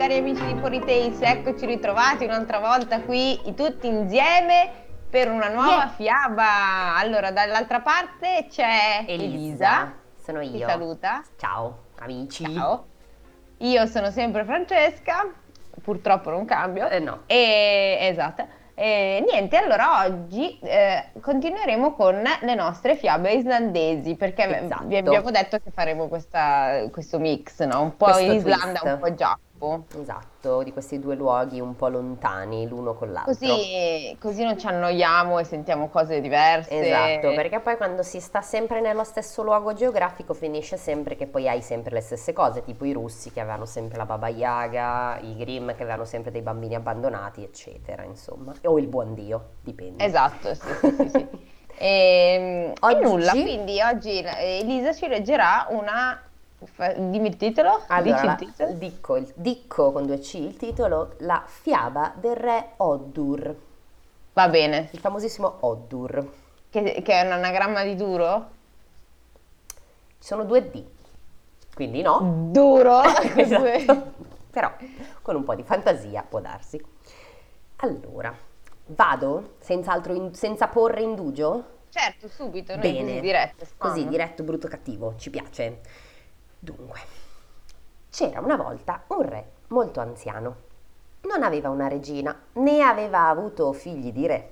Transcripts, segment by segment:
cari amici di Ponytales, eccoci ritrovati un'altra volta qui tutti insieme per una nuova Yeah! fiaba. Allora, dall'altra parte c'è Elisa, Elisa, sono ti io. saluta. Ciao, amici. Ciao. Io sono sempre Francesca, purtroppo non cambio. No, Esatto. E niente, allora oggi continueremo con le nostre fiabe islandesi, perché vi abbiamo esatto. detto che faremo questo mix, no? Un po' Questo Islanda, un twist. po' Giappo. Esatto, di questi due luoghi un po' lontani l'uno con l'altro. Così non ci annoiamo e sentiamo cose Esatto, diverse. perché poi quando si sta sempre nello stesso luogo geografico finisce sempre che poi hai sempre le stesse cose, tipo i russi che avevano sempre la Baba Yaga, i Grimm che avevano sempre dei bambini abbandonati, eccetera, insomma. O il buon Dio, dipende. Esatto, sì, sì, sì, sì. E nulla, Oggi quindi oggi Elisa ci leggerà una... Dimmi il titolo? allora, Dici il titolo? dico con due C il titolo, La fiaba del re Oddur, Va bene. il famosissimo Oddur. Che è un anagramma di duro? Ci sono due D, quindi no, Duro? esatto, però con un po' di fantasia può darsi. Allora, vado senza porre indugio? Certo, subito, noi così Bene, dirette, così spam. diretto, brutto, cattivo, ci piace. Dunque, c'era una volta un re molto anziano. Non aveva una regina, né aveva avuto figli di re.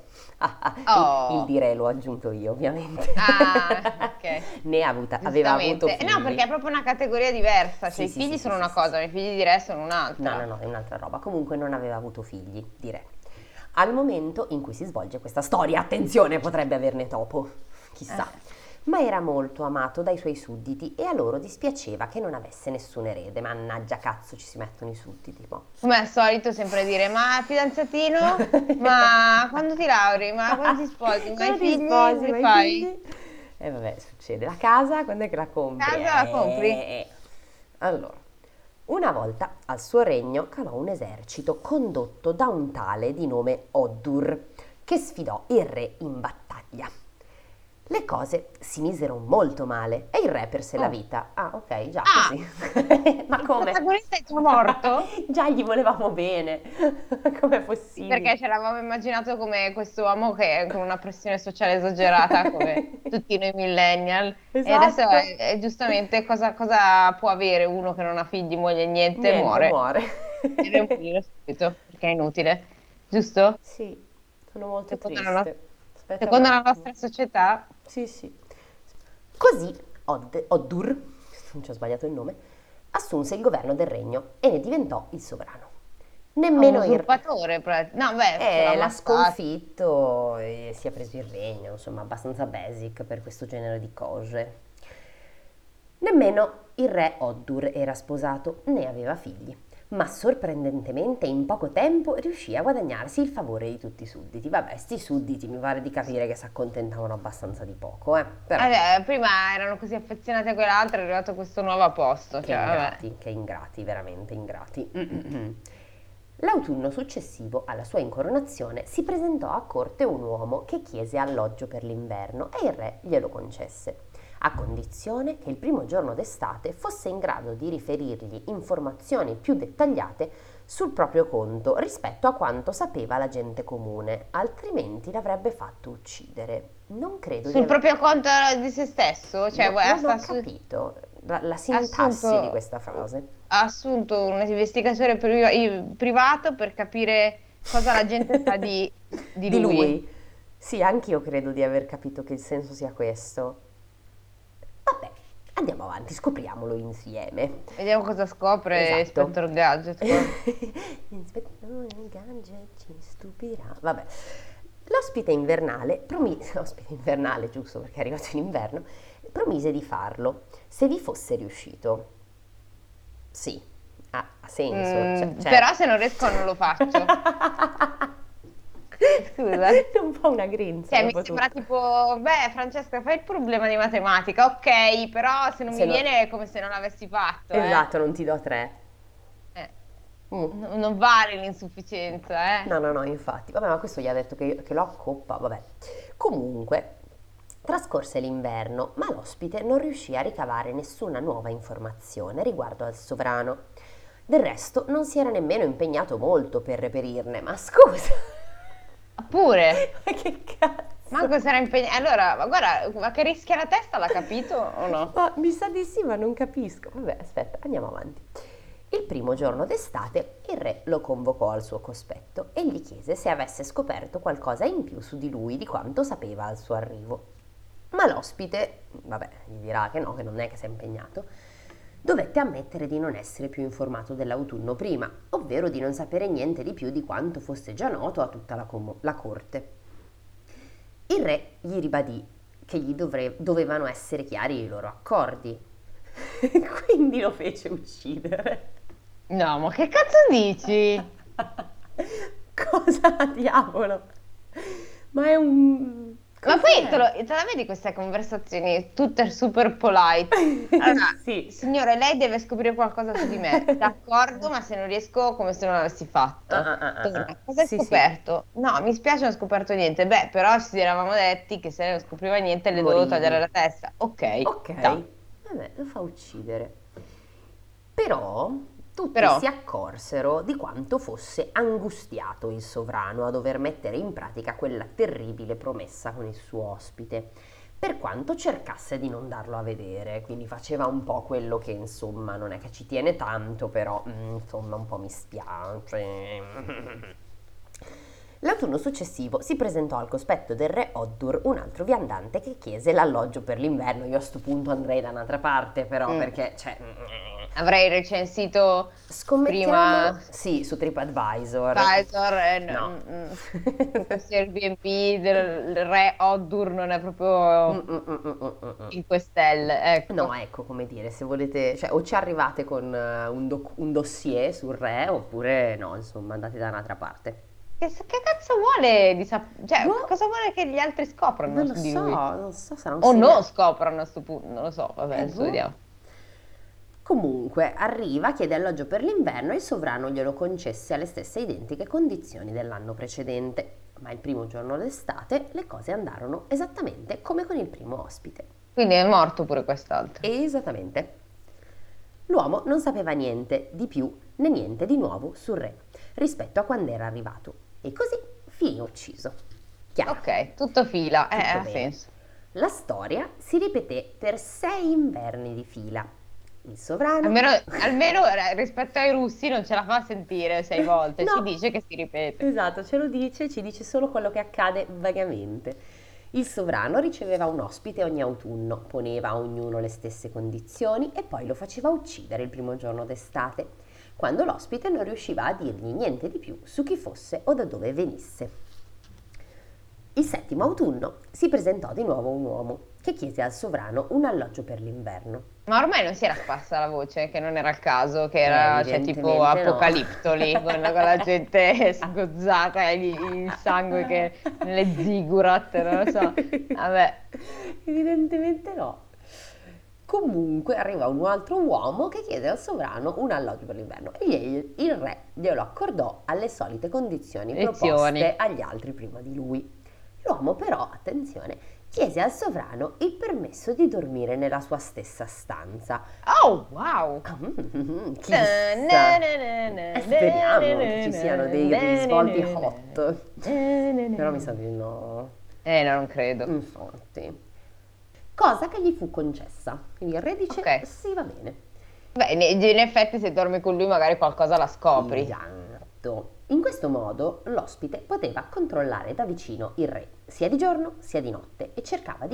Il Oh, di re l'ho aggiunto io, ovviamente. ok, Aveva avuto giustamente. No, perché è figli. proprio una categoria diversa, cioè Sì, i sì, sì, figli sì, sono sì, una sì, cosa, sì. ma i figli di re sono No, no, un'altra. no, è un'altra roba. Comunque non aveva avuto figli di re. Al momento in cui si svolge questa storia, attenzione, potrebbe averne dopo, chissà. Eh. Ma era molto amato dai suoi sudditi e a loro dispiaceva che non avesse nessun erede. Mannaggia cazzo, ci si mettono i sudditi, mo. Come al solito, sempre dire, ma fidanzatino? Ma quando ti lauri? Ma quando ti sposi? Ma i Quando ti figli? sposi, Come li ma i fai? figli? E vabbè, succede. La casa, quando è che la compri? Casa la compri? Allora, una volta al suo regno calò un esercito condotto da un tale di nome Oddur, che sfidò il re in battaglia. Le cose si misero molto male e il re perse la Oh. vita. Ah, ok, già Ah, così. Ma il come? protagonista è già morto? Già gli volevamo bene. Com'è Sì, possibile? perché ce l'avevamo immaginato come questo uomo che con una pressione sociale esagerata, come tutti noi millennial. E adesso Esatto. giustamente cosa può avere uno che non ha figli, moglie, niente, Niente, muore. muore. Deve morire subito, perché è inutile, giusto? Sì, sono molto Secondo la, no- triste. Aspetta un secondo la attimo. nostra società. Sì, sì. Così Oddur, non ci ho sbagliato il nome, assunse il governo del regno e ne diventò il sovrano. È un Nemmeno il re. usurpatore, no, beh, ce l'ha L'ha ammazzato. sconfitto e si è preso il regno, insomma, abbastanza basic per questo genere di cose. Nemmeno il re Oddur era sposato né aveva figli, ma sorprendentemente in poco tempo riuscì a guadagnarsi il favore di tutti i sudditi. Vabbè, sti sudditi mi pare di capire che si accontentavano abbastanza di poco, però Prima erano così affezionati a quell'altro, è arrivato questo nuovo posto, cioè, vabbè. che ingrati, veramente ingrati. L'autunno successivo alla sua incoronazione si presentò a corte un uomo che chiese alloggio per l'inverno e il re glielo concesse, a condizione che il primo giorno d'estate fosse in grado di riferirgli informazioni più dettagliate sul proprio conto rispetto a quanto sapeva la gente comune, altrimenti l'avrebbe fatto uccidere. Non credo di Sul aver... proprio conto di se stesso, cioè non ho sta capito la ha sintassi di assunto, questa frase. ha assunto un investigatore privato per capire cosa la gente sa di Di lui. lui. Sì, anch'io credo di aver capito che il senso sia questo. Vabbè, andiamo avanti, scopriamolo insieme. Vediamo cosa scopre Esatto. Inspector Gadget qua. L'ispettore Gadget ci stupirà. Vabbè. L'ospite invernale promise, ospite invernale giusto perché è arrivato in inverno, promise di farlo se vi fosse riuscito. Sì, ha senso, Però se non riesco non lo faccio. Scusa. È un po' una grinza Cioè, mi dopo sembra tutto. tipo, beh, Francesca, fai il problema di matematica, ok, però se non Se mi no... viene è come se non l'avessi fatto, eh. Esatto, non ti do tre. Eh, Mm. non vale l'insufficienza, eh. No, no, no, infatti. Vabbè, ma questo gli ha detto che lo accoppa, vabbè. Comunque, trascorse l'inverno, ma l'ospite non riuscì a ricavare nessuna nuova informazione riguardo al sovrano. Del resto non si era nemmeno impegnato molto per reperirne, ma scusa, Pure. ma che cazzo? Manco sarà impegnato. Allora, ma guarda, ma che rischia la testa, l'ha capito o no? Ma mi sa di sì, ma non capisco. Vabbè, aspetta, andiamo avanti. Il primo giorno d'estate il re lo convocò al suo cospetto e gli chiese se avesse scoperto qualcosa in più su di lui di quanto sapeva al suo arrivo. Ma l'ospite, vabbè, gli dirà che no, che non è che si è impegnato, dovette ammettere di non essere più informato dell'autunno prima, ovvero di non sapere niente di più di quanto fosse già noto a tutta la corte. Il re gli ribadì che dovevano essere chiari i loro accordi, quindi lo fece uccidere. No, ma che cazzo dici? Cosa diavolo? Ma è un... Ma poi Cos'è? te la vedi queste conversazioni tutte super polite? Allora, Sì. signore, lei deve scoprire qualcosa su di me. D'accordo, ma se non riesco, come se non l'avessi Ah, fatto. ah, ah, ah, Torna, ah. cosa hai Sì, sì, scoperto? No, mi spiace, non ho scoperto niente. Beh, però ci eravamo detti che se lei non scopriva niente le dovevo togliere morivi. la testa. Ok, Ok, ciao. vabbè, lo fa uccidere. Però tutti Però, si accorsero di quanto fosse angustiato il sovrano a dover mettere in pratica quella terribile promessa con il suo ospite, per quanto cercasse di non darlo a vedere, quindi faceva un po' quello che insomma non è che ci tiene tanto, però insomma un po' mi spiace. L'autunno successivo si presentò al cospetto del re Oddur un altro viandante che chiese l'alloggio per l'inverno. Io a sto punto andrei da un'altra parte, però, mm, perché, cioè, avrei recensito scommettiamo, prima sì, su TripAdvisor. Pfizer e No. questo Airbnb del re Oddur non è Mm, proprio mm, mm, mm, mm, mm. 5 stelle, No, ecco. ecco, come dire, se volete, cioè, o ci arrivate con un dossier sul re, oppure no, insomma, andate da un'altra parte. Che cazzo vuole cioè, Boh, cosa vuole che gli altri scoprano non lo di so, lui? non so, sarà un O non segnale. scoprano a sto punto, non lo so, vabbè, adesso Boh. vediamo. Comunque, arriva, chiede alloggio per l'inverno e il sovrano glielo concesse alle stesse identiche condizioni dell'anno precedente. Ma il primo giorno d'estate le cose andarono esattamente come con il primo ospite. Quindi è morto pure quest'altro. Esattamente. L'uomo non sapeva niente di più né niente di nuovo sul re rispetto a quando era arrivato e così finì ucciso. Chiaro, Ok, tutto fila, tutto ha bene. senso. La storia si ripeté per 6 inverni di fila. Il sovrano... Almeno rispetto ai russi non ce la fa sentire 6 volte, ci No, dice che si ripete. esatto, ce lo dice, ci dice solo quello che accade vagamente. Il sovrano riceveva un ospite ogni autunno, poneva a ognuno le stesse condizioni e poi lo faceva uccidere il primo giorno d'estate, quando l'ospite non riusciva a dirgli niente di più su chi fosse o da dove venisse. Il settimo autunno si presentò di nuovo un uomo che chiese al sovrano un alloggio per l'inverno. Ma ormai non si era sparsa la voce che non era il caso, che era cioè, tipo Evidentemente no. apocaliptoli con la gente sgozzata e il sangue che nelle zigurat, non lo so. Vabbè, Evidentemente no. Comunque arriva un altro uomo che chiede al sovrano un alloggio per l'inverno e il re glielo accordò alle solite condizioni lezioni. proposte agli altri prima di lui. L'uomo però, attenzione, chiese al sovrano il permesso di dormire nella sua stessa stanza. Oh, wow! Chissà. Speriamo che ci siano dei risvolti hot. Però mi sa di no. No, non credo. Infatti. Cosa che gli fu concessa. Quindi il re dice Ok. sì, va bene. Beh, in effetti se dormi con lui magari qualcosa la scopri. Esatto. In questo modo l'ospite poteva controllare da vicino il re, sia di giorno sia di notte, e cercare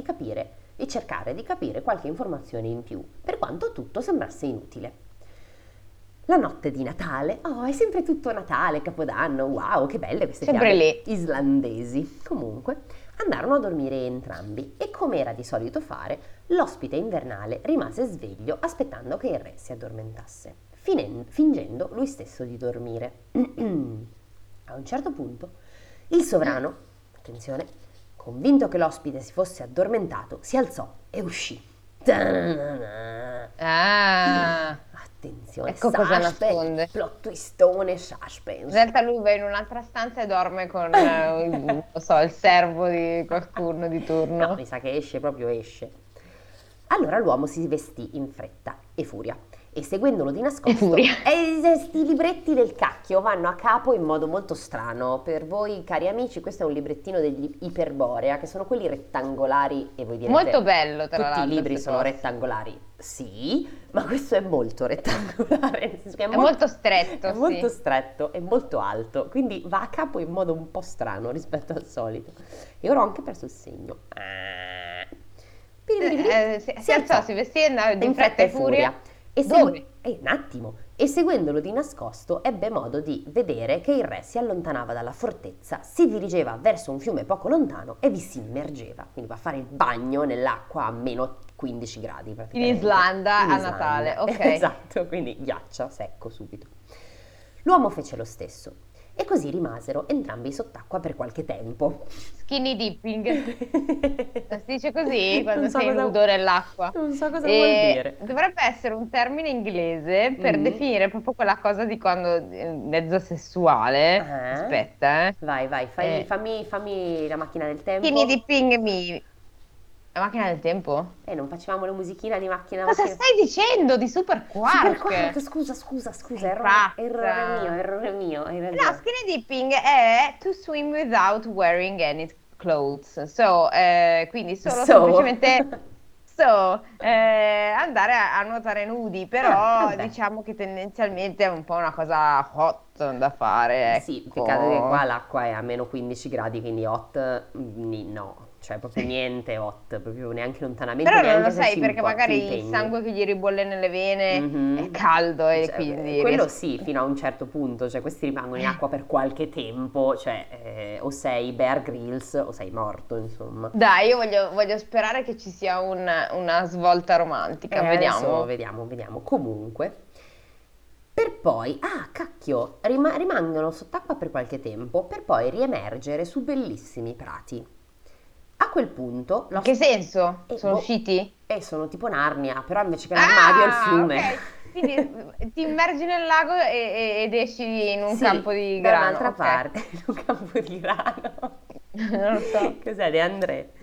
di capire qualche informazione in più, per quanto tutto sembrasse inutile. La notte di Natale, oh, è sempre tutto Natale, Capodanno, wow, che belle queste Sempre fiabe lì. islandesi. Comunque, andarono a dormire entrambi e, come era di solito fare, l'ospite invernale rimase sveglio aspettando che il re si addormentasse, fingendo lui stesso di dormire. A un certo punto, il sovrano, attenzione, convinto che l'ospite si fosse addormentato, si alzò e uscì. Ah, Attenzione, ecco cosa suspense, nasconde. plot twistone, In suspense. realtà lui va in un'altra stanza e dorme con, non so, il servo di qualcuno di No, turno. mi sa che esce, proprio esce. Allora l'uomo si vestì in fretta e furia e seguendolo di E nascosto. furia. E questi libretti del cacchio vanno a capo in modo molto strano. Per voi, cari amici, questo è un librettino degli Iperborea, che sono quelli rettangolari, e voi Molto direte, bello, tra tutti i l'altro, libri se sono posso. rettangolari. Sì, ma questo è molto rettangolare, nel senso che È molto è stretto, molto sì. stretto e molto alto, quindi va a capo in modo un po' strano rispetto al solito. E ora ho anche perso il segno. Piribiribiri, Si si alzò, alzò si vestì e andò di in fretta fretta e e furia furia. e Dove? un attimo, e seguendolo di nascosto ebbe modo di vedere che il re si allontanava dalla fortezza, si dirigeva verso un fiume poco lontano e vi si immergeva, quindi va a fare il bagno nell'acqua a meno 15 gradi In praticamente. Islanda In a Islanda, Natale, ok. esatto, quindi ghiaccia secco subito. L'uomo fece lo stesso e così rimasero entrambi sott'acqua per qualche tempo. Skinny dipping. Si dice così Non quando so sei cosa, nudo nell'acqua. non so cosa vuol E dire. dovrebbe essere un termine inglese per Mm. definire proprio quella cosa di quando mezzo sessuale. Ah. Aspetta, eh. Vai, Eh, fammi la macchina del Skinny tempo. dipping mi... La macchina del tempo? Non facevamo la musichina di Cosa macchina. stai dicendo di Super Super Quark? Quark, scusa, Sei errore pazza. mio, hai No, ragione. skinny dipping è to swim without wearing any clothes. So, quindi solo So. semplicemente andare a nuotare nudi, però Vabbè. diciamo che tendenzialmente è un po' una cosa hot da fare, Sì, peccato che qua ecco. l'acqua è a meno 15 gradi, quindi hot, no, cioè proprio niente hot, proprio neanche lontanamente, Però non neanche lo se sai perché ti magari il impegni. sangue che gli ribolle nelle vene è Mhm. caldo e Cioè, quindi quello riesce... sì, fino a un certo punto, cioè questi rimangono in acqua per qualche tempo, cioè o sei Bear Grylls o sei morto, insomma. Dai, io voglio sperare che ci sia una svolta romantica, Adesso vediamo. vediamo. Comunque, per poi, cacchio, rimangono sott'acqua per qualche tempo, per poi riemergere su bellissimi prati. A quel punto, In che senso? Sono boh, usciti? sono tipo Narnia, però invece che l'armadio è il Ah, fiume. ok. Quindi ti immergi nel lago ed esci in un Sì, campo di da grano, un'altra ok. parte, in un campo di grano. Non lo so. Cos'è, De André?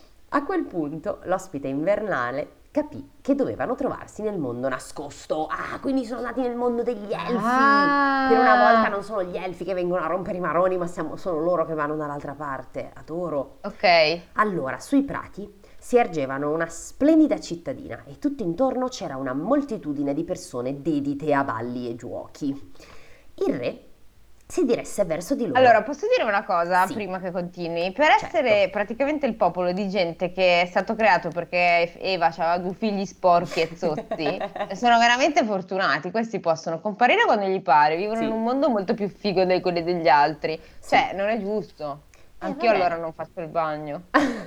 A quel punto l'ospite invernale capì che dovevano trovarsi nel mondo nascosto. Ah, quindi sono andati nel mondo degli elfi. Per una volta Ah, non sono gli elfi che vengono a rompere i maroni, ma sono loro che vanno dall'altra parte. Adoro. ok. Allora, sui prati si ergevano una splendida cittadina e tutto intorno c'era una moltitudine di persone dedite a balli e giochi. Il re si diresse verso di loro. Allora, posso dire una cosa Sì, prima che continui? Per certo. essere praticamente il popolo di gente che è stato creato perché Eva aveva due figli sporchi e zozzi, sono veramente fortunati. Questi possono comparire quando gli pare, vivono in un Sì, mondo molto più figo di quelli degli altri. sì. Cioè, non è giusto. Anch'io allora Vabbè. non faccio il bagno,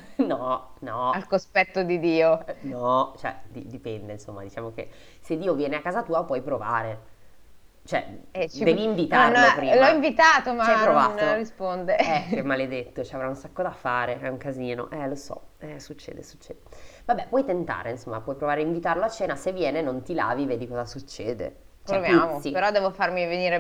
No, al no, cospetto di Dio. no, cioè dipende, insomma, diciamo che se Dio viene a casa tua puoi provare. Cioè, devi Non- invitarlo L'ho prima. invitato, Ci hai ma non provato? risponde. Che maledetto, ci avrà un sacco da fare, è un casino. Lo so, succede. Vabbè, puoi tentare, insomma, puoi provare a invitarlo a cena, se viene non ti lavi, vedi cosa succede. Cioè, Proviamo, puzzi. però devo farmi venire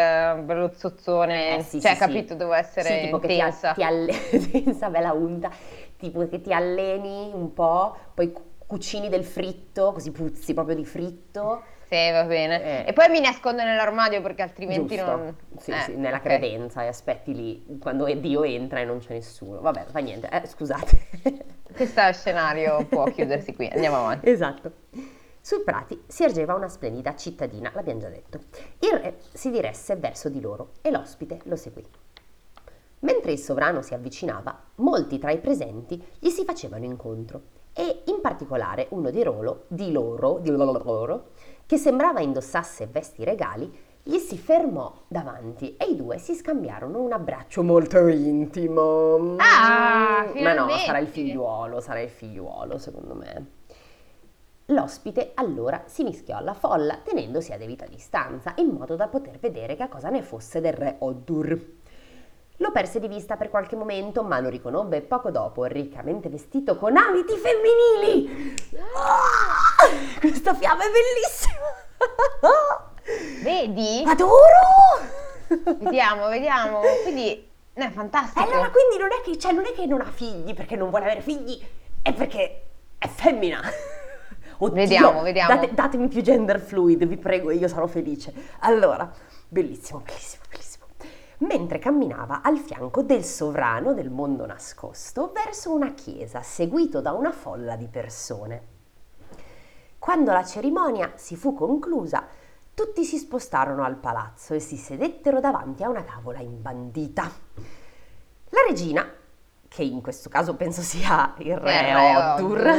bello zozzone, Sì, cioè, sì, sì. capito, devo Sì, essere tipo che intensa. senza bella unta, tipo che ti alleni un po', poi cucini del fritto, così puzzi proprio di fritto. Sì, va bene. E Eh, poi mi nascondo nell'armadio perché altrimenti non... giusto, sì, nella Ok. credenza e aspetti lì quando Dio entra e non c'è nessuno. Vabbè, fa niente, scusate. Questo scenario può chiudersi qui, andiamo avanti. Esatto. Sui prati si ergeva una splendida cittadina, l'abbiamo già detto. Il re si diresse verso di loro e l'ospite lo seguì. Mentre il sovrano si avvicinava, molti tra i presenti gli si facevano incontro e in particolare uno di loro, che sembrava indossasse vesti regali, gli si fermò davanti e i due si scambiarono un abbraccio molto intimo. Ah, Ma no, finalmente! sarà il figliuolo, secondo me. L'ospite allora si mischiò alla folla tenendosi a debita distanza in modo da poter vedere che cosa ne fosse del re Oddur. Lo perse di vista per qualche momento, ma lo riconobbe poco dopo, riccamente vestito con abiti femminili. Ah! Questa fiaba è bellissima! Vedi? Adoro! Vediamo. Quindi, no, è Allora, fantastico. quindi non è che non ha figli perché non vuole avere figli, è perché è femmina. Oddio, Vediamo. datemi più gender fluid, vi prego, io sarò felice. Allora, bellissimo, bellissimo, bellissimo. Mentre camminava al fianco del sovrano del mondo nascosto verso una chiesa, seguito da una folla di persone. Quando la cerimonia si fu conclusa, tutti si spostarono al palazzo e si sedettero davanti a una tavola imbandita. La regina, che in questo caso penso sia il re Oddur,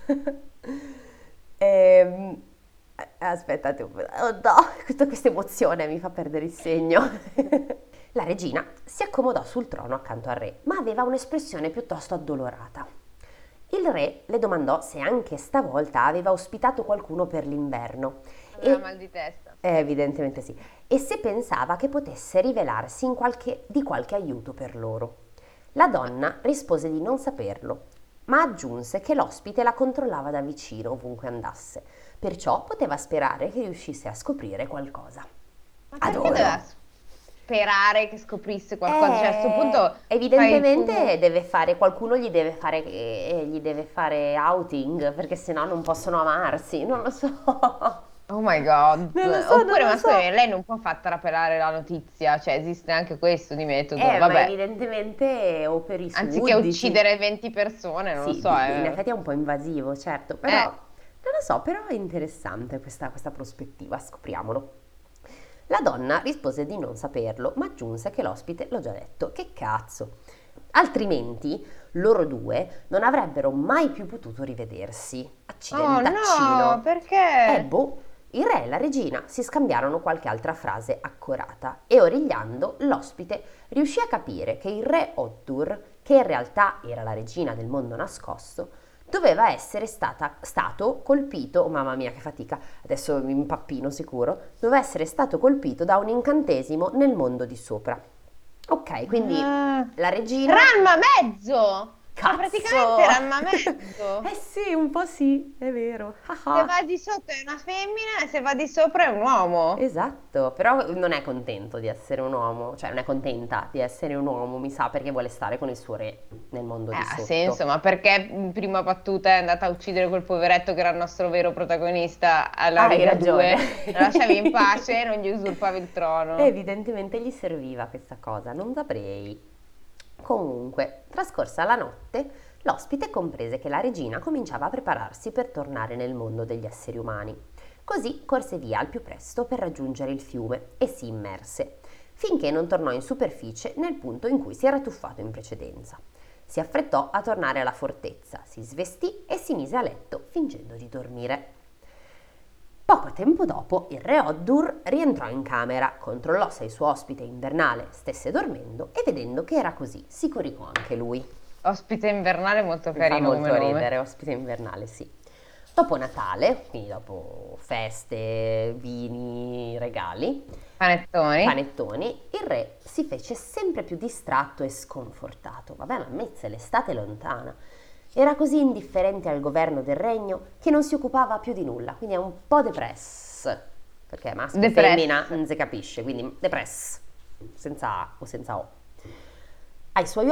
aspettate un po', oh no, questa emozione mi fa perdere il segno. La regina si accomodò sul trono accanto al re, ma aveva un'espressione piuttosto addolorata. Il re le domandò se anche stavolta aveva ospitato qualcuno per l'inverno. Aveva mal di testa. Evidentemente sì. E se pensava che potesse rivelarsi di qualche aiuto per loro. La donna rispose di non saperlo, ma aggiunse che l'ospite la controllava da vicino ovunque andasse, perciò poteva sperare che riuscisse a scoprire qualcosa. Ma perché doveva sperare che scoprisse qualcosa? Cioè, a questo punto evidentemente deve fare, qualcuno gli deve fare outing, perché sennò non possono amarsi, non lo so. Oh my God. Non lo so, Oppure, non lo ma so. scusami, lei non può far trapelare la notizia, cioè esiste anche questo di metodo, Ma vabbè. evidentemente o per i Anziché sudditi. uccidere 20 persone, non lo Sì, so. in effetti è un po' invasivo, certo, però Eh, non lo so, però è interessante questa prospettiva, scopriamolo. La donna rispose di non saperlo, ma aggiunse che l'ospite l'ho già detto. Che cazzo! Altrimenti loro due non avrebbero mai più potuto rivedersi. oh no, Accidentaccino. perché? Boh, il re e la regina si scambiarono qualche altra frase accorata e origliando l'ospite riuscì a capire che il re Ottur, che in realtà era la regina del mondo nascosto, doveva essere stato colpito, oh mamma mia che fatica, adesso mi impappino sicuro, doveva essere stato colpito da un incantesimo nel mondo di sopra. Ok, quindi Ah, la regina... Ranma mezzo! Ma Cazzo! praticamente Ranma mezzo! Eh sì, un po' sì, è vero. Se va di sotto è una femmina e se va di sopra è un uomo. Esatto, però non è contento di essere un uomo, cioè non è contenta di essere un uomo, mi sa, perché vuole stare con il suo re nel mondo di Ha sotto. senso, ma perché in prima battuta è andata a uccidere quel poveretto che era il nostro vero protagonista alla Hai riga ragione. 2? Lo lasciavi in pace e non gli usurpavi il trono. Evidentemente gli serviva questa cosa, non saprei. Comunque, trascorsa la notte, l'ospite comprese che la regina cominciava a prepararsi per tornare nel mondo degli esseri umani. Così corse via al più presto per raggiungere il fiume e si immerse, finché non tornò in superficie nel punto in cui si era tuffato in precedenza. Si affrettò a tornare alla fortezza, si svestì e si mise a letto fingendo di dormire. Poco tempo dopo il re Oddur rientrò in camera, controllò se il suo ospite invernale stesse dormendo e vedendo che era così si coricò anche lui. Ospite invernale molto Mi fa carino come molto nome. ridere, ospite invernale, sì. Dopo Natale, quindi dopo feste, vini, regali, panettoni, il re si fece sempre più distratto e sconfortato. Vabbè, ma ammazza, l'estate è lontana. Era così indifferente al governo del regno che non si occupava più di nulla, quindi è un po' depress, perché maschio e Depress. femmina non si capisce, quindi depress, senza A o senza O. Ai suoi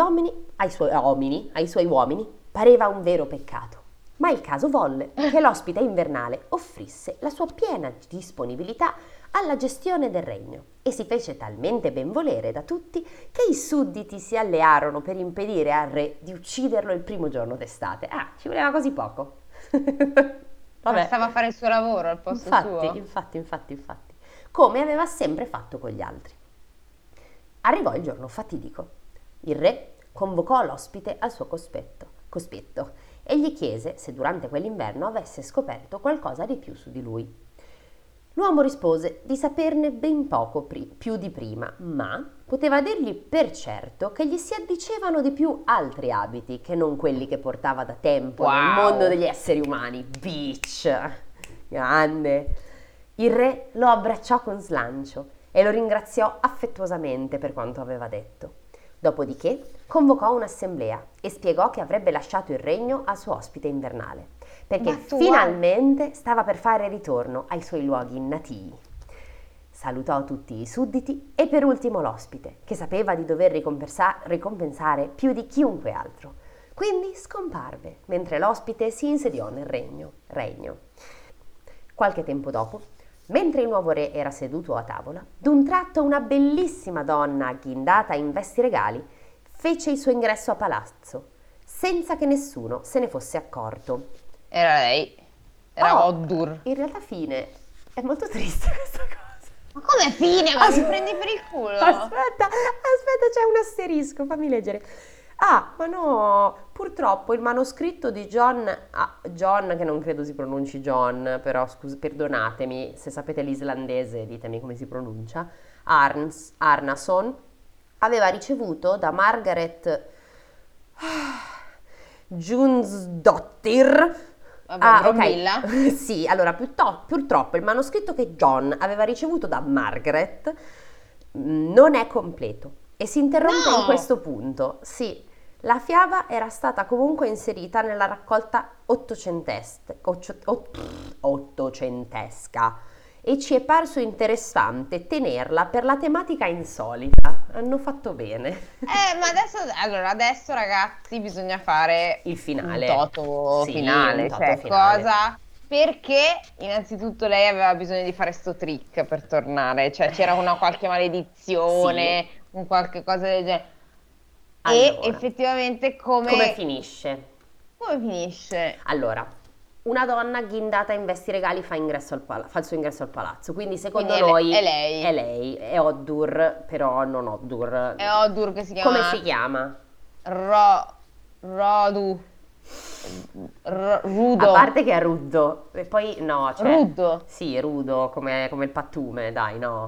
uomini pareva un vero peccato, ma il caso volle che l'ospite invernale offrisse la sua piena disponibilità alla gestione del regno e si fece talmente benvolere da tutti che i sudditi si allearono per impedire al re di ucciderlo il primo giorno d'estate. Ah, ci voleva così poco. Vabbè. Bastava fare il suo lavoro al posto suo. Infatti. Come aveva sempre fatto con gli altri. Arrivò il giorno fatidico. Il re convocò l'ospite al suo cospetto e gli chiese se durante quell'inverno avesse scoperto qualcosa di più su di lui. L'uomo rispose di saperne ben poco più di prima, ma poteva dirgli per certo che gli si addicevano di più altri abiti che non quelli che portava da tempo nel Wow. mondo degli esseri umani. Bitch! Grande! Il re lo abbracciò con slancio e lo ringraziò affettuosamente per quanto aveva detto. Dopodiché convocò un'assemblea e spiegò che avrebbe lasciato il regno al suo ospite invernale, perché Ma tu finalmente stava per fare ritorno ai suoi luoghi nativi. Salutò tutti i sudditi e per ultimo l'ospite, che sapeva di dover ricompensare più di chiunque altro. Quindi scomparve, mentre l'ospite si insediò nel regno. Qualche tempo dopo, mentre il nuovo re era seduto a tavola, d'un tratto una bellissima donna agghindata in vesti regali fece il suo ingresso a palazzo, senza che nessuno se ne fosse accorto. Era lei. Era Oh, Oddur. in realtà fine, è molto triste questa cosa. Ma come fine? Ma mi prendi per il culo? Aspetta, c'è un asterisco, fammi leggere. Ah, ma no, purtroppo il manoscritto di John, che non credo si pronunci John, però perdonatemi, se sapete l'islandese ditemi come si pronuncia, Arnason, aveva ricevuto da Margaret Junsdottir. Vabbè, Ok. Brambilla. Sì, allora purtroppo il manoscritto che John aveva ricevuto da Margaret non è completo e si interrompe in No! questo punto. Sì, la fiaba era stata comunque inserita nella raccolta ottocentesca e ci è parso interessante tenerla per la tematica insolita. Hanno fatto bene. Ma adesso ragazzi bisogna fare Il un finale. toto Sì, finale, un toto cioè finale. cosa? Perché innanzitutto lei aveva bisogno di fare sto trick per tornare, cioè c'era una qualche maledizione, un qualche cosa del genere. E Allora, effettivamente come finisce? come finisce? Allora, una donna ghindata in vesti regali fa il suo ingresso al palazzo, quindi secondo Quindi noi è lei. è lei, è Oddur, però non Oddur. È Odur che si Come chiama si chiama? Rodu, A Rudo, parte che è Ruddo, e poi no, cioè, Ruddo. sì, Rudo, come il pattume, dai, no.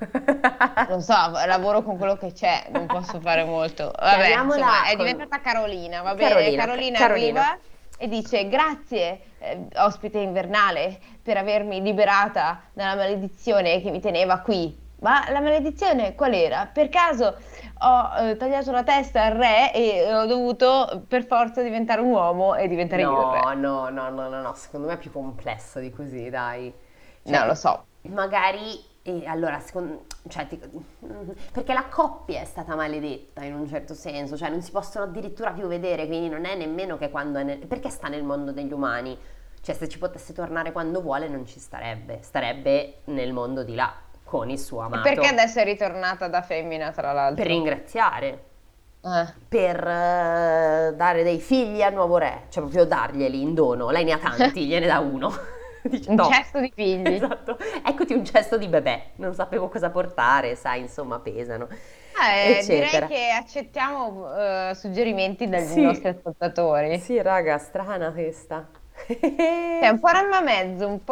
Lo so, lavoro con quello che c'è, non posso fare molto. Vabbè, insomma, Chiamiamola è con diventata Carolina, va bene? Carolina Carolina. arriva e dice: Grazie, ospite invernale, per avermi liberata dalla maledizione che mi teneva qui. Ma la maledizione qual era? Per caso ho tagliato la testa al re e ho dovuto per forza diventare un uomo e diventare io il re. No, secondo me è più complesso di così, dai. No, Cioè, lo so. magari, allora, cioè, perché la coppia è stata maledetta in un certo senso, cioè non si possono addirittura più vedere, quindi non è nemmeno che quando perché sta nel mondo degli umani? Cioè, se ci potesse tornare quando vuole non ci starebbe nel mondo di là, con il suo E amato. perché adesso è ritornata da femmina, tra Per l'altro? ringraziare, Eh. per dare dei figli al nuovo re, cioè proprio darglieli in dono. Lei ne ha tanti, gliene dà uno. Dice, Un no. cesto di figli. Esatto. Eccoti un cesto di bebè, non sapevo cosa portare, sai, insomma, pesano, Direi eccetera. che accettiamo suggerimenti dagli nostri Sì, ascoltatori. sì, raga, strana questa. È un po' Ramma Mezzo, un po'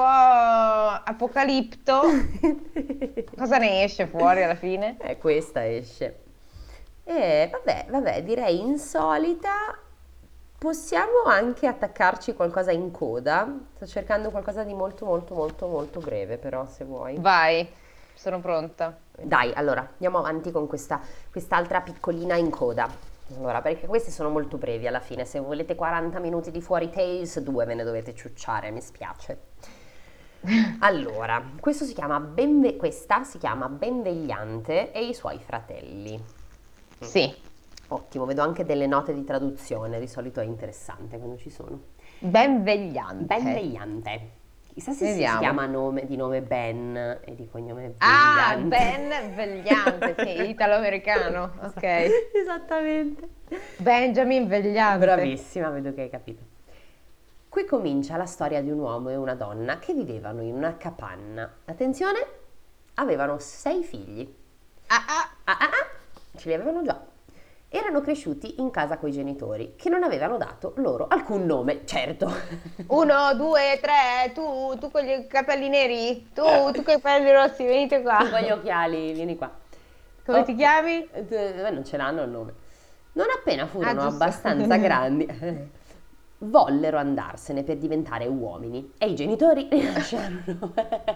Apocalipto. Cosa ne esce fuori alla fine? Questa esce. E vabbè, direi insolita. Possiamo anche attaccarci qualcosa in coda. Sto cercando qualcosa di molto, molto, molto, molto breve, però, se vuoi. Vai, sono pronta. Dai, allora, andiamo avanti con quest'altra piccolina in coda. Allora, perché queste sono molto brevi alla fine. Se volete 40 minuti di fuori tales, 2 ve ne dovete ciucciare, mi spiace. Allora, questa si chiama Benvegliante e i suoi fratelli. Sì, Ottimo, vedo anche delle note di traduzione, di solito è interessante quando ci sono. ben vegliante. Benvegliante. Chissà se si Vediamo. chiama di nome Ben e di cognome Ah, Vegliante. Ben Vegliante, sì, italo-americano. Ok. Esattamente. Benjamin Vegliante. Bravissima, vedo che hai capito. Qui comincia la storia di un uomo e una donna che vivevano in una capanna. Attenzione, avevano 6 figli. Ce li avevano già. Erano cresciuti in casa coi genitori, che non avevano dato loro alcun nome, certo. 1, 2, 3, tu con i capelli neri, tu con i capelli rossi, venite qua. Tu con gli occhiali, vieni qua. Come ti chiami? Non ce l'hanno il nome. Non appena furono giusto. abbastanza grandi, vollero andarsene per diventare uomini e i genitori li lasciarono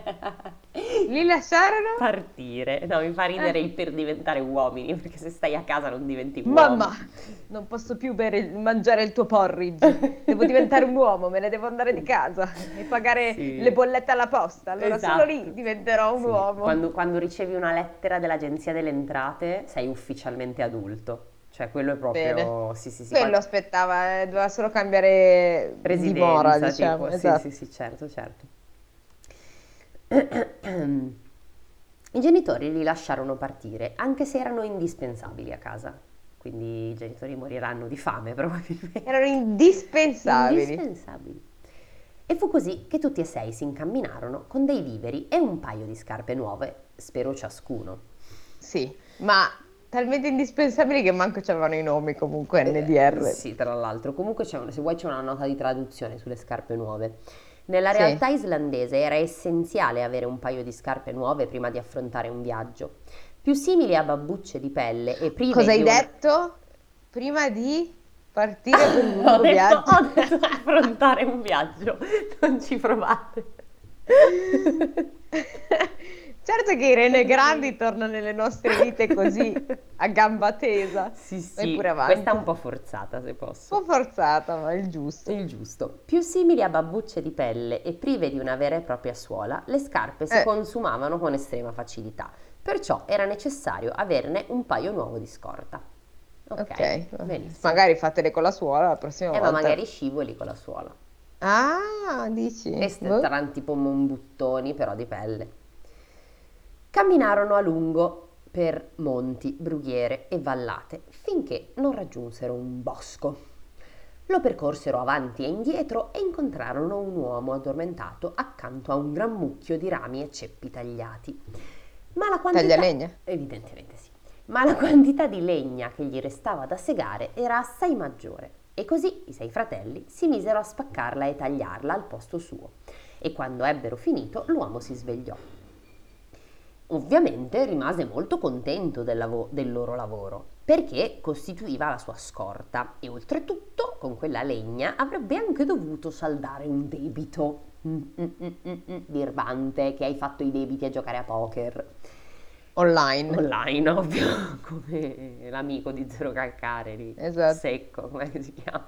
Li lasciarono? partire. No, mi fa ridere il per diventare uomini, perché se stai a casa non diventi uomo. Mamma, non posso più mangiare il tuo porridge. Devo diventare un uomo, me ne devo andare di casa e pagare Sì. le bollette alla posta. Allora Esatto. solo lì diventerò un Sì, uomo. quando ricevi una lettera dell'Agenzia delle Entrate sei ufficialmente adulto. cioè quello è Bene. proprio, sì sì sì, Quello aspettava, doveva solo cambiare dimora, residenza diciamo. tipo, sì sì Esatto. sì, certo certo. I genitori li lasciarono partire, anche se erano indispensabili a casa. Quindi i genitori moriranno di fame probabilmente. Erano indispensabili. Indispensabili. E fu così che tutti e sei si incamminarono con dei viveri e un paio di scarpe nuove, spero ciascuno. Sì, ma talmente indispensabili che manco c'avevano i nomi comunque NDR. Sì, tra l'altro, comunque se vuoi c'è una nota di traduzione sulle scarpe nuove. Nella Sì. realtà islandese era essenziale avere un paio di scarpe nuove prima di affrontare un viaggio, più simili a babbucce di pelle e prive Cosa di hai una... detto prima di partire per un lungo viaggio? Ho detto affrontare un viaggio, non ci provate. Certo che Irene Grandi torna nelle nostre vite così a gamba tesa. Sì, Vai pure sì, questa è avanti. un po' forzata se Un posso. po' forzata, ma è il giusto. Il giusto. Più simili a babbucce di pelle e prive di una vera e propria suola, le scarpe si Eh, consumavano con estrema facilità, perciò era necessario averne un paio nuovo di scorta. Ok, ok. benissimo. Magari fatele con la suola la prossima Ma volta. magari scivoli con la suola. Ah, E dici? Boh. saranno tipo mombuttoni, però di pelle. Camminarono a lungo per monti, brughiere e vallate, finché non raggiunsero un bosco. Lo percorsero avanti e indietro e incontrarono un uomo addormentato accanto a un gran mucchio di rami e ceppi tagliati. Ma la Taglia quantità, legna? evidentemente sì, ma la quantità di legna che gli restava da segare era assai maggiore. E così i sei fratelli si misero a spaccarla e tagliarla al posto suo. E quando ebbero finito, l'uomo si svegliò. Ovviamente rimase molto contento del loro lavoro, perché costituiva la sua scorta e oltretutto con quella legna avrebbe anche dovuto saldare un debito. Birbante, che hai fatto i debiti a giocare a poker. Online. Online, ovvio, come l'amico di Zero Calcare lì, Esatto. secco, come si chiama.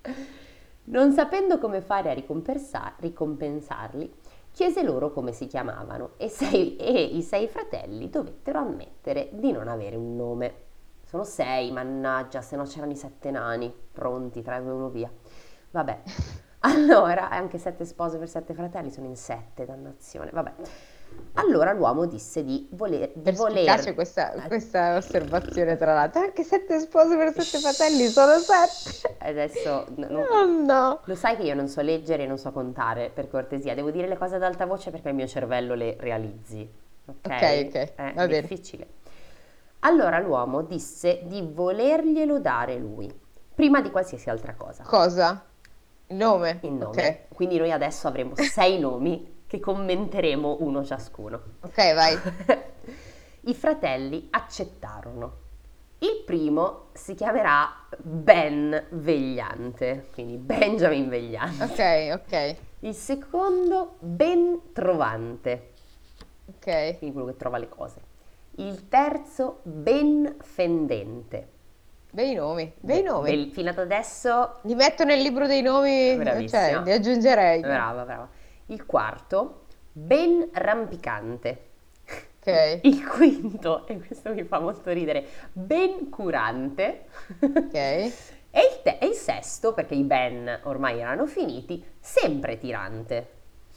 Non sapendo come fare a ricompensarli, chiese loro come si chiamavano e i sei fratelli dovettero ammettere di non avere un nome. Sono sei, mannaggia, se no c'erano i sette nani, pronti, 3, 2, 1, via. Vabbè, allora, anche sette spose per sette fratelli sono in sette, dannazione, vabbè. Allora l'uomo disse Perspicace questa osservazione, tra l'altro. Anche 7 spose per 7 fratelli sono 7. Adesso Oh no. lo sai che io non so leggere e non so contare, per cortesia, devo dire le cose ad alta voce perché il mio cervello le realizzi, ok? Ok, ok, È va bene. difficile. Allora l'uomo disse di volerglielo dare lui, prima di qualsiasi altra cosa. Cosa? Il nome? Il nome. Ok. Quindi noi adesso avremo 6 nomi che commenteremo uno ciascuno. Ok, vai. I fratelli accettarono. Il primo si chiamerà Ben Vegliante, quindi Benjamin Ok, Vegliante. ok, Il secondo Ben Trovante, ok. quindi quello che trova le cose. Il terzo Ben Fendente. Bei nomi, bei nomi. Fino ad adesso, Li metto nel libro dei nomi, cioè, bravissima. li aggiungerei. Brava, brava. Il quarto, Ben Rampicante. Ok, Il quinto, e questo mi fa molto ridere, Ben Curante. ok. E il sesto, perché i Ben ormai erano finiti, Sempre Tirante.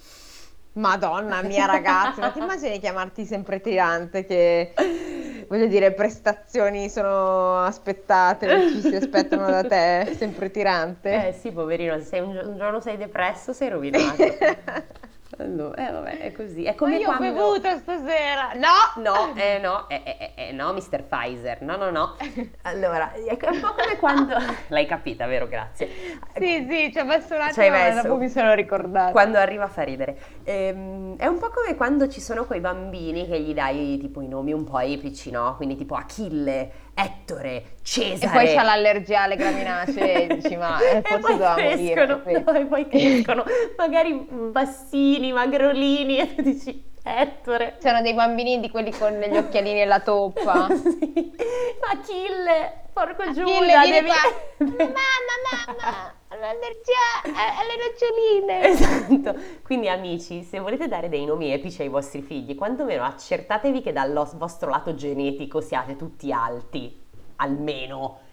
Madonna mia ragazzi, ma ti immagini chiamarti sempre tirante che, voglio dire, prestazioni sono aspettate, ci si aspettano da te, sempre tirante? Sì, poverino, se un giorno sei depresso sei rovinato. Allora, vabbè, è così. È Ma come io ho quando... bevuto stasera! No! No, no, Mr. Pfizer, no, no, no. Allora, è un po' come quando... L'hai capita, vero? Grazie. Sì, sì, ci ho messo un Ci hai attimo, ma messo. dopo mi sono ricordata. Quando arriva fa ridere. È un po' come quando ci sono quei bambini che gli dai tipo i nomi un po' epici, no? Quindi tipo Achille, Ettore, E Cesare. poi c'ha l'allergia alle graminacee e dici, ma E forse poi doveva crescono, morire. no, e poi crescono, magari bassini, magrolini, e tu dici Ettore. C'erano dei bambini di quelli con gli occhialini e la toppa. Sì. Achille, porco Achille, Giuda, vieni devi... qua. Mamma, ho l'allergia alle noccioline. Esatto, quindi amici, se volete dare dei nomi epici ai vostri figli, quantomeno accertatevi che dal vostro lato genetico siate tutti alti, almeno,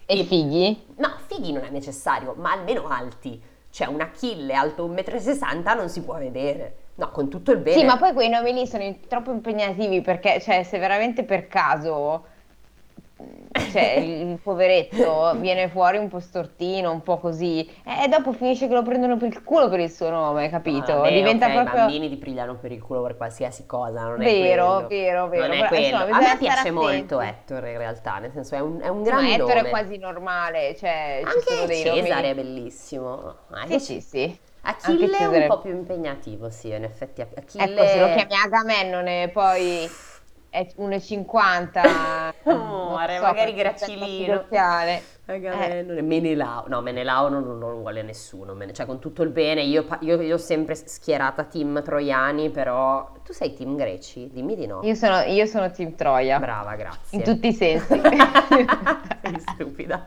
E i fighi? No, fighi non è necessario, ma almeno alti. Cioè un Achille alto 1,60 m non si può vedere. No, con tutto il Sì, bene. ma poi quei nomi lì sono troppo impegnativi perché, cioè, se veramente per caso, cioè, il poveretto viene fuori un po' stortino, un po' così, e dopo finisce che lo prendono per il culo per il suo nome, Ma capito? vabbè, ok, Diventa i proprio bambini ti pigliano per il culo per qualsiasi cosa, non è vero, quello. vero, Non vero. è Però, insomma, quello. A bisogna me stare piace molto attenti. Ettore in realtà, nel senso è un Sì, gran ma Ettore è nome. quasi normale, cioè, ci sono Anche dei Cesare è nomi... bellissimo. Sì, sì, sì, anche Achille è un po' Cesare. più impegnativo, sì, in effetti Ecco, se lo Achille... chiami Agamennone, poi è 1,50, Oh, non lo so, magari farà effetto Gracilino. singhiozziale. Agamennone, Menelao. No, Menelao non vuole nessuno. Cioè, con tutto il bene, io ho sempre schierata team troiani, però... Tu sei team greci? Dimmi di no. Io sono Team Troia, Brava, in grazie. tutti i sensi. Sei stupida.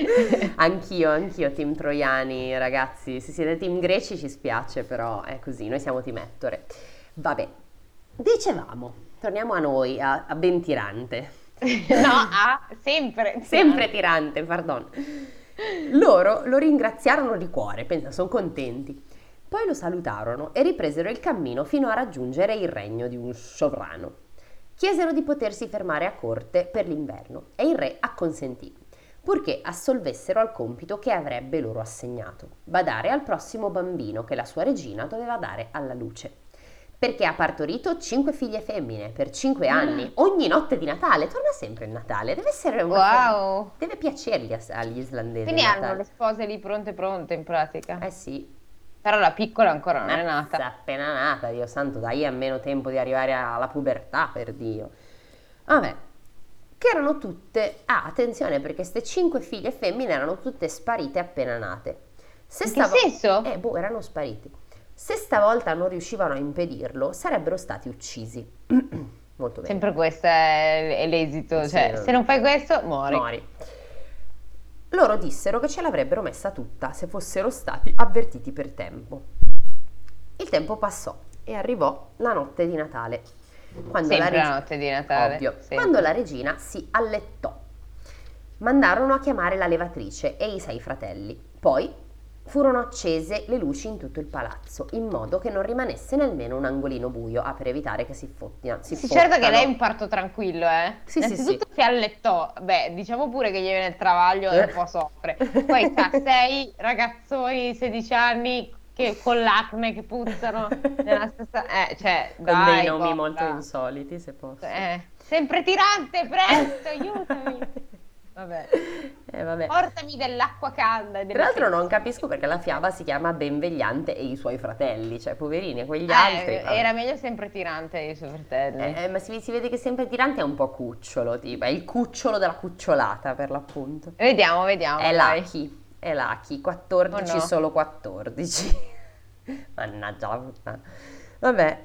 Anch'io team troiani, ragazzi. Se siete team greci ci spiace, però è così, noi siamo team Ettore. Vabbè, dicevamo, torniamo a noi, a Ben Tirante. No, sempre Sempre tirante. Tirante, pardon. Loro lo ringraziarono di cuore, pensa, sono contenti. Poi lo salutarono e ripresero il cammino fino a raggiungere il regno di un sovrano. Chiesero di potersi fermare a corte per l'inverno e il re acconsentì, purché assolvessero al compito che avrebbe loro assegnato, badare al prossimo bambino che la sua regina doveva dare alla luce. Perché ha partorito 5 figlie femmine per 5 anni, ogni notte di Natale, torna sempre il Natale, deve essere Wow. deve piacergli agli islandesi Quindi il hanno le Natale. spose lì pronte pronte in pratica. Eh sì, Però la piccola ancora non è mazza, nata. appena nata, Dio santo, dai almeno tempo di arrivare alla pubertà, per Dio. Vabbè, che erano tutte... Ah, attenzione, perché queste 5 figlie femmine erano tutte sparite appena nate. Se In che stavo... senso? boh, erano spariti. Se stavolta non riuscivano a impedirlo, sarebbero stati uccisi. Molto bene. Sempre questo è l'esito, Sì, cioè se non fai questo muori. muori. Loro dissero che ce l'avrebbero messa tutta se fossero stati avvertiti per tempo. Il tempo passò e arrivò la notte di Natale. Quando Sempre la notte di Natale, Ovvio, sempre. quando la regina si allettò. Mandarono a chiamare la levatrice e i 6 fratelli. Poi furono accese le luci in tutto il palazzo, in modo che non rimanesse nemmeno un angolino buio, per evitare che si Sì, certo che fottano. lei è un parto tranquillo, eh. Sì, sì, sì. Innanzitutto si allettò, beh, diciamo pure che gli viene il travaglio e un po' soffre. Poi c'ha 6 ragazzoni di 16 anni che, con l'acne che puzzano nella stessa... cioè, Con dei dai, nomi molto povera. insoliti, se posso. Sempre tirante, presto, aiutami. Vabbè, Vabbè. portami dell'acqua calda e Tra delle l'altro non fritte. capisco perché la fiaba si chiama Benvegliante e i suoi fratelli, cioè poverini, quegli altri. Vabbè. Era meglio sempre tirante i suoi fratelli. Ma si vede che sempre Tirante è un po' cucciolo, tipo, è il cucciolo della cucciolata per l'appunto. Vediamo, vediamo, dai. È Lucky, 14 Oh no. solo 14. Mannaggia la puttana. Vabbè,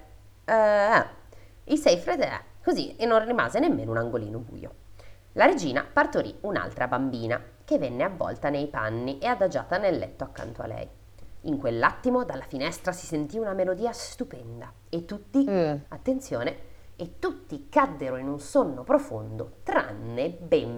i 6 fratelli, così, e non rimase nemmeno un angolino buio. La regina partorì un'altra bambina che venne avvolta nei panni e adagiata nel letto accanto a lei. In quell'attimo dalla finestra si sentì una melodia stupenda e tutti, attenzione, e tutti caddero in un sonno profondo, tranne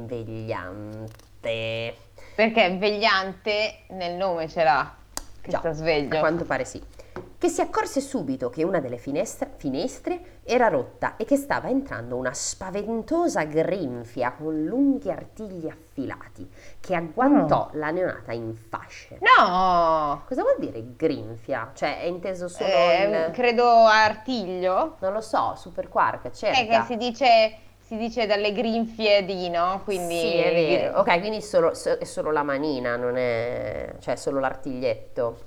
Benvegliante. Perché vegliante nel nome ce l'ha, che Già, sta a sveglio. quanto pare sì. Che si accorse subito che una delle finestre era rotta e che stava entrando una spaventosa grinfia con lunghi artigli affilati che agguantò la neonata in fasce. No! Cosa vuol dire grinfia? Cioè è inteso solo Credo artiglio. Non lo so, Super Quark, Che cerca. si dice dalle grinfie di, no? Quindi... Sì, è vero. Ok, quindi è solo la manina, non è... cioè è solo l'artiglietto.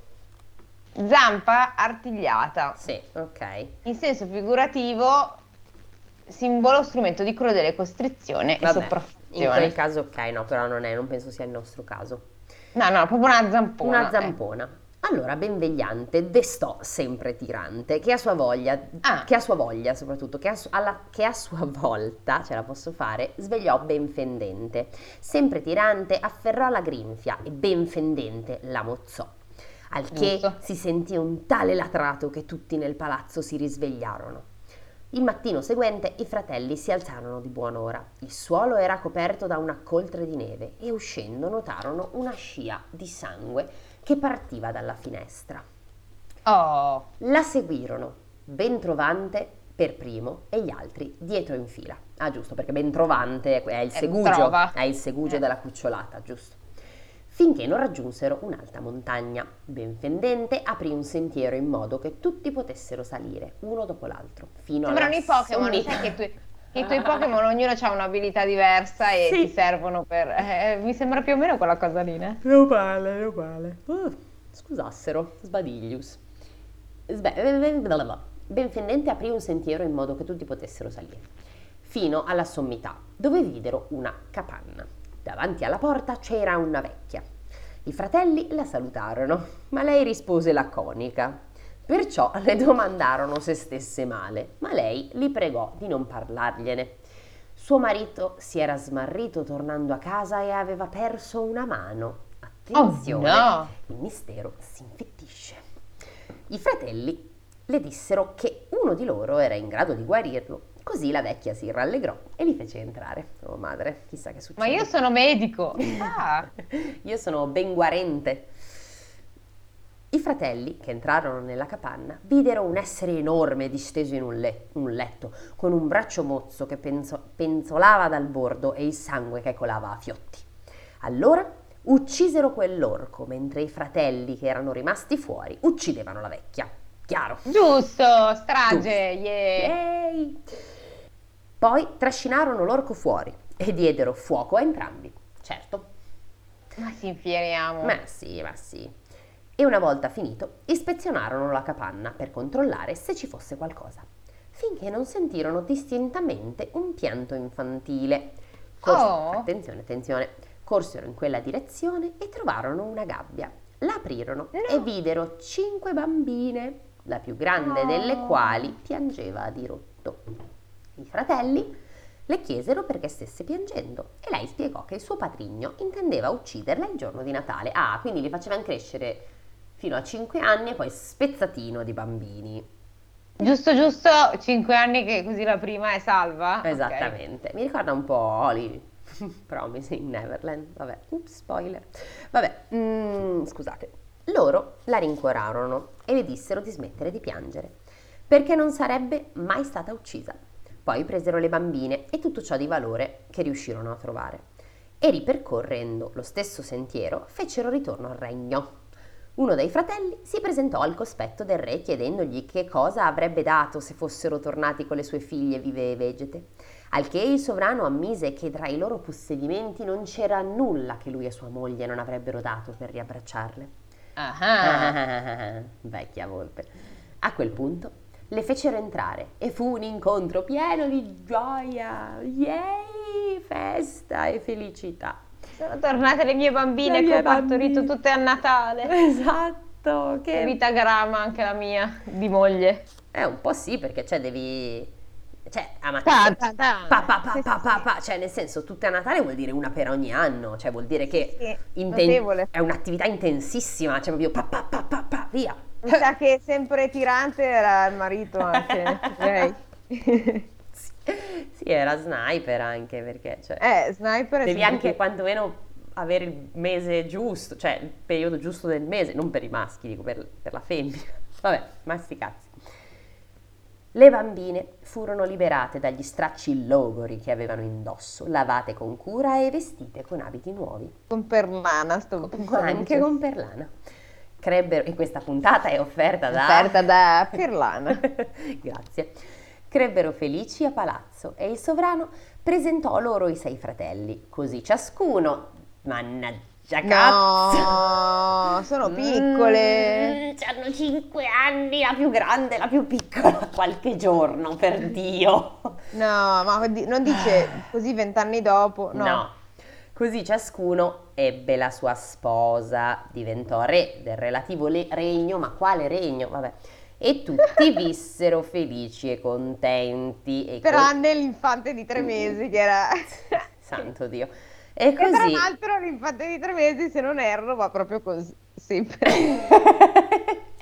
Zampa artigliata. Sì, ok. In senso figurativo, simbolo strumento di crudele costrizione e Vabbè, in sopraffazione. quel caso ok, no, però non penso sia il nostro caso. No, no, proprio una zampona. Una zampona. Allora Benvegliante destò sempre Tirante, che a sua voglia, soprattutto, che a sua volta, ce la posso fare, svegliò Benfendente. Sempre Tirante afferrò la grinfia e Benfendente la mozzò. Al che Giusto. si sentì un tale latrato che tutti nel palazzo si risvegliarono. Il mattino seguente i fratelli si alzarono di buon'ora. Il suolo era coperto da una coltre di neve e uscendo notarono una scia di sangue che partiva dalla finestra. Oh, La seguirono, Bentrovante per primo e gli altri dietro in fila. Ah, giusto, perché Bentrovante trova. è il segugio della cucciolata, giusto. Finché non raggiunsero un'alta montagna. Benfendente aprì un sentiero in modo che tutti potessero salire, uno dopo l'altro, fino alla Sembrano i Pokémon, sommità. sai che i tuoi Pokémon ognuno ha un'abilità diversa e Sì. ti servono per... mi sembra più o meno quella cosa lì, né? Uguale. Scusassero, sbadiglius. Benfendente aprì un sentiero in modo che tutti potessero salire, fino alla sommità, dove videro una capanna. Davanti alla porta c'era una vecchia. I fratelli la salutarono, ma lei rispose laconica. Perciò le domandarono se stesse male, ma lei li pregò di non parlargliene. Suo marito si era smarrito tornando a casa e aveva perso una mano. Attenzione, Oh no! il mistero si infittisce. I fratelli le dissero che uno di loro era in grado di guarirlo. Così la vecchia si rallegrò e li fece entrare. Oh madre, chissà che succede. Ma io sono medico! Ah. Io sono ben guarente. I fratelli, che entrarono nella capanna, videro un essere enorme disteso in un letto, con un braccio mozzo che penzolava dal bordo e il sangue che colava a fiotti. Allora uccisero quell'orco, mentre i fratelli, che erano rimasti fuori, uccidevano la vecchia. Chiaro. Giusto, strage, Giusto. yeah. Yay! Poi trascinarono l'orco fuori e diedero fuoco a entrambi. Certo. Ma si infieriamo. Ma sì. E una volta finito, ispezionarono la capanna per controllare se ci fosse qualcosa, finché non sentirono distintamente un pianto infantile. Attenzione, corsero in quella direzione e trovarono una gabbia. La aprirono e videro 5 bambine, la più grande delle quali piangeva a dirotto. I fratelli le chiesero perché stesse piangendo e lei spiegò che il suo patrigno intendeva ucciderla il giorno di Natale. Ah, quindi li facevano crescere fino a 5 anni e poi spezzatino di bambini. Giusto, 5 anni che così la prima è salva. Esattamente. Mi ricorda un po' Oli, Promising Neverland. Vabbè, spoiler. Vabbè, scusate. Loro la rincuorarono e le dissero di smettere di piangere, perché non sarebbe mai stata uccisa. Poi presero le bambine e tutto ciò di valore che riuscirono a trovare e ripercorrendo lo stesso sentiero fecero ritorno al regno. Uno dei fratelli si presentò al cospetto del re chiedendogli che cosa avrebbe dato se fossero tornati con le sue figlie vive e vegete, al che il sovrano ammise che tra i loro possedimenti non c'era nulla che lui e sua moglie non avrebbero dato per riabbracciarle. Vecchia volpe. A quel punto le fecero entrare e fu un incontro pieno di gioia, yay, festa e felicità. Sono tornate le mie bambine che ho partorito tutte a Natale. Esatto, Che vita grama anche la mia, di moglie. Un po' sì, perché devi... cioè nel senso tutte a Natale vuol dire una per ogni anno, cioè vuol dire che notevole. è un'attività intensissima, cioè proprio via. Mi sa che sempre tirante era il marito anche, lei. Sì, era sniper anche perché sniper è devi anche quantomeno avere il mese giusto, cioè il periodo giusto del mese, non per i maschi, dico per la femmina. Vabbè, ma sti cazzi. Le bambine furono liberate dagli stracci logori che avevano indosso, lavate con cura e vestite con abiti nuovi. Con perlana, sto pensando. Anche con perlana. Crebbero, e questa puntata è offerta da Perlana. Grazie. Crebbero felici a palazzo e il sovrano presentò loro i 6 fratelli, così ciascuno, mannaggia cazzo, No, sono piccole. Hanno 5 anni, la più grande e la più piccola, qualche giorno, per Dio. No, ma non dice così 20 anni dopo, no. Così ciascuno ebbe la sua sposa, diventò re del relativo regno, ma quale regno? Vabbè. E tutti vissero felici e contenti. Tranne l'infante di 3 mesi che era... Santo Dio. E tra così... l'altro l'infante di 3 mesi, se non erro, va proprio così. Sì.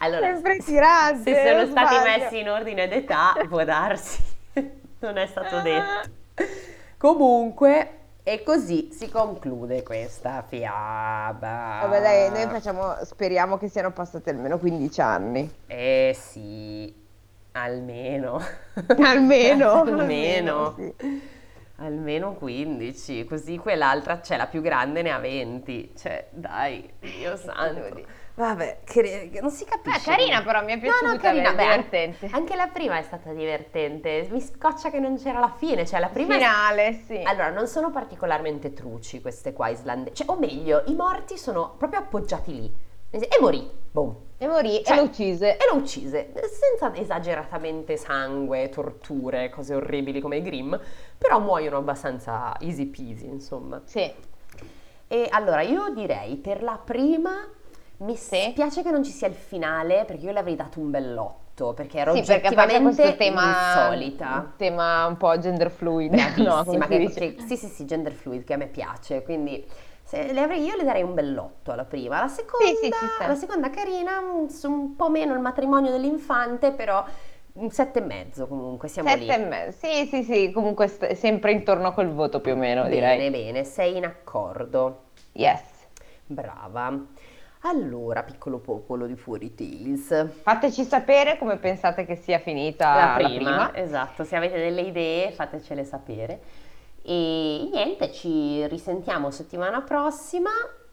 Allora, Sempre tirante, se sono non stati sbaglio. messi in ordine d'età, può darsi, non è stato detto. Comunque, e così si conclude questa Vabbè, dai, fiaba. speriamo che siano passati almeno 15 anni. Eh sì, almeno. Almeno, almeno, Almeno. sì. Almeno 15, così quell'altra c'è, la più grande ne ha 20. Cioè, dai, Dio Che devo santo. dire? Vabbè, che non si capisce. Carina però, mi è No, no, piaciuta, carina. è Beh, divertente. anche la prima è stata divertente. Mi scoccia che non c'era la fine. Cioè, la prima è... Finale, sì. Allora, non sono particolarmente truci queste qua islandesi. Cioè, o meglio, i morti sono proprio appoggiati lì. E morì. Boom. E morì Cioè, e lo uccise. e lo uccise, senza esageratamente sangue, torture, cose orribili come i Grimm, però muoiono abbastanza easy peasy, insomma. Sì, E allora io direi per la prima mi sì. spiace che non ci sia il finale, perché io le avrei dato un bell'otto, perché era Sì, perché poi c'è questo oggettivamente tema, insolita. un tema un po' gender fluid, no, come Bravissima, si dice? sì, sì, sì, gender fluid, che a me piace, quindi io le darei un bell'otto alla prima. Sì, sì, ci La sta. seconda carina, un po' meno il matrimonio dell'infante, però un 7,5 comunque, siamo lì. Sette e mezzo. Sì, sì, sì, comunque sempre intorno col voto più o meno, Bene, direi. bene, sei in accordo. Yes. Brava. Allora, piccolo popolo di Fuori Tales. Fateci sapere come pensate che sia La finita la prima, prima. esatto, se avete delle idee fatecele sapere. E niente, ci risentiamo settimana prossima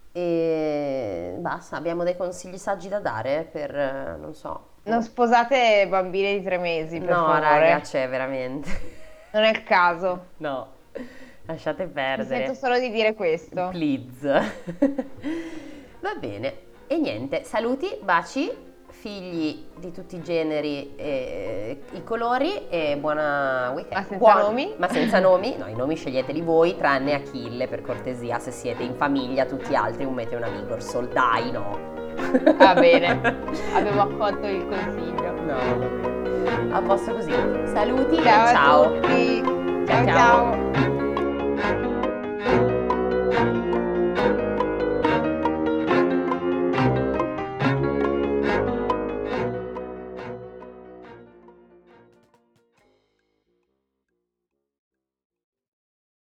e basta, abbiamo dei consigli saggi da dare per, non so. Non sposate bambine di 3 mesi, per No, raga, favore. c'è veramente. Non è il caso. No, lasciate Mi sento perdere. solo di dire questo. Please. Va bene. E niente, saluti, baci, figli di tutti i generi e i colori e buona weekend. Ma senza nomi? Ma senza nomi? No, i nomi sceglieteli voi, tranne Achille, per cortesia, se siete in famiglia, tutti gli altri un mete una Vigorsol. Dai, no. Va bene, abbiamo accolto il consiglio. No, va bene. A posto così. Saluti Ciao e ciao. a tutti. Ciao, Ciao ciao. ciao.